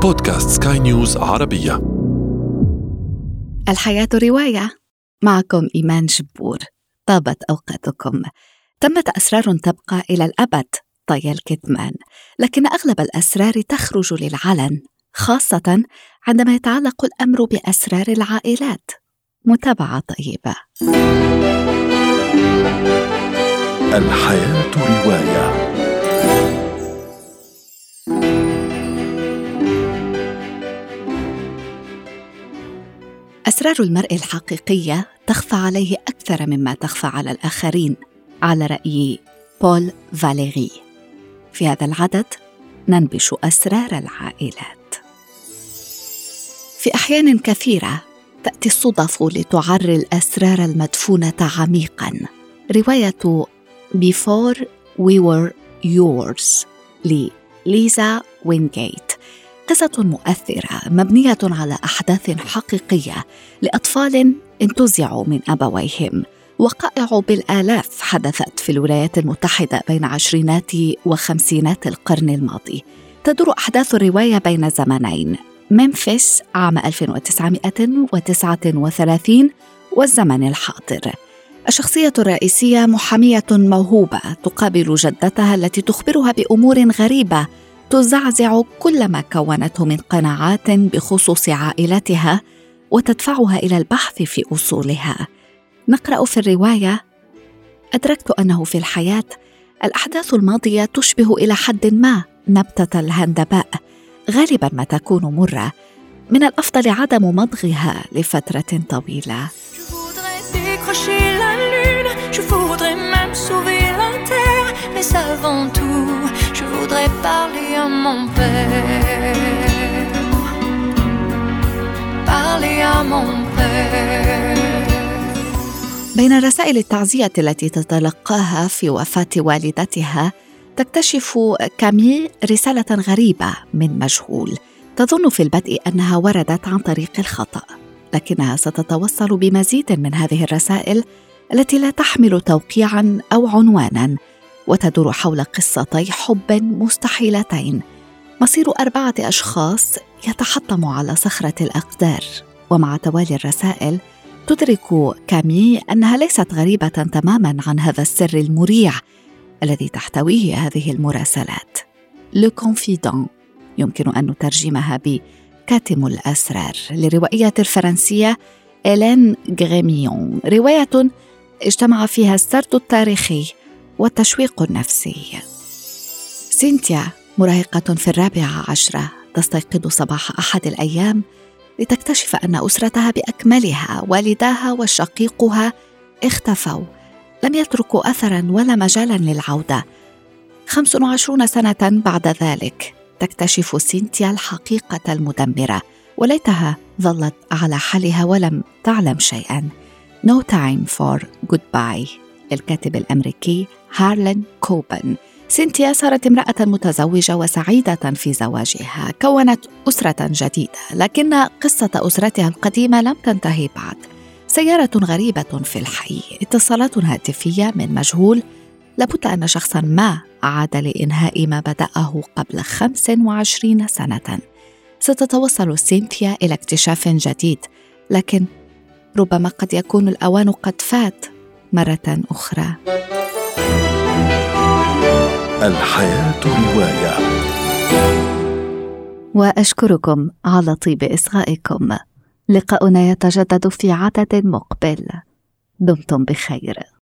بودكاست سكاي نيوز عربية. الحياة رواية، معكم إيمان جبور. طابت أوقاتكم. تمت أسرار تبقى إلى الأبد طي الكتمان، لكن أغلب الأسرار تخرج للعلن، خاصة عندما يتعلق الأمر بأسرار العائلات. متابعة طيبة. الحياة رواية. أسرار المرء الحقيقية تخفى عليه أكثر مما تخفى على الآخرين، على رأي بول فاليري. في هذا العدد ننبش أسرار العائلات. في أحيان كثيرة تأتي الصدف لتعري الأسرار المدفونة عميقاً. رواية Before We Were Yours لليزا وينغيت قصة مؤثرة مبنية على أحداث حقيقية لأطفال انتزعوا من أبويهم. وقائع بالآلاف حدثت في الولايات المتحدة بين عشرينات وخمسينات القرن الماضي. تدور أحداث الرواية بين زمنين: ممفيس عام 1939 والزمن الحاضر. الشخصية الرئيسية محامية موهوبة تقابل جدتها التي تخبرها بأمور غريبة تزعزع كل ما كونته من قناعات بخصوص عائلتها وتدفعها إلى البحث في أصولها. نقرأ في الرواية: أدركت أنه في الحياة الأحداث الماضية تشبه إلى حد ما نبتة الهندباء، غالباً ما تكون مرة، من الأفضل عدم مضغها لفترة طويلة. بين رسائل التعزية التي تتلقاها في وفاة والدتها، تكتشف كامي رسالة غريبة من مجهول. تظن في البدء أنها وردت عن طريق الخطأ، لكنها ستتوصل بمزيد من هذه الرسائل التي لا تحمل توقيعاً أو عنوانا، وتدور حول قصتي حب مستحيلتين. مصير 4 أشخاص يتحطم على صخرة الأقدار. ومع توالي الرسائل تدرك كامي أنها ليست غريبة تماماً عن هذا السر المريع الذي تحتويه هذه المراسلات. Le Confident يمكن أن نترجمها بكاتم الأسرار، لروائية الفرنسية إلين غريميون. رواية اجتمع فيها السرد التاريخي والتشويق النفسي. سينتيا مراهقة في 14 تستيقظ صباح أحد الأيام لتكتشف أن أسرتها بأكملها، والداها وشقيقها، اختفوا، لم يتركوا أثراً ولا مجالاً للعودة. 25 سنة بعد ذلك تكتشف سينتيا الحقيقة المدمرة، وليتها ظلت على حالها ولم تعلم شيئاً. No Time for Goodbye للكاتب الأمريكي هارلان كوبن. سينتيا صارت امرأة متزوجة وسعيدة في زواجها، كونت أسرة جديدة، لكن قصة أسرتها القديمة لم تنتهي بعد. سيارة غريبة في الحي، اتصالات هاتفية من مجهول، لابد أن شخصاً ما عاد لإنهاء ما بدأه قبل 25 سنة. ستتوصل سينتيا إلى اكتشاف جديد، لكن ربما قد يكون الأوان قد فات مرة أخرى. الحياة رواية. وأشكركم على طيب إصغائكم. لقاؤنا يتجدد في عدد مقبل. دمتم بخير.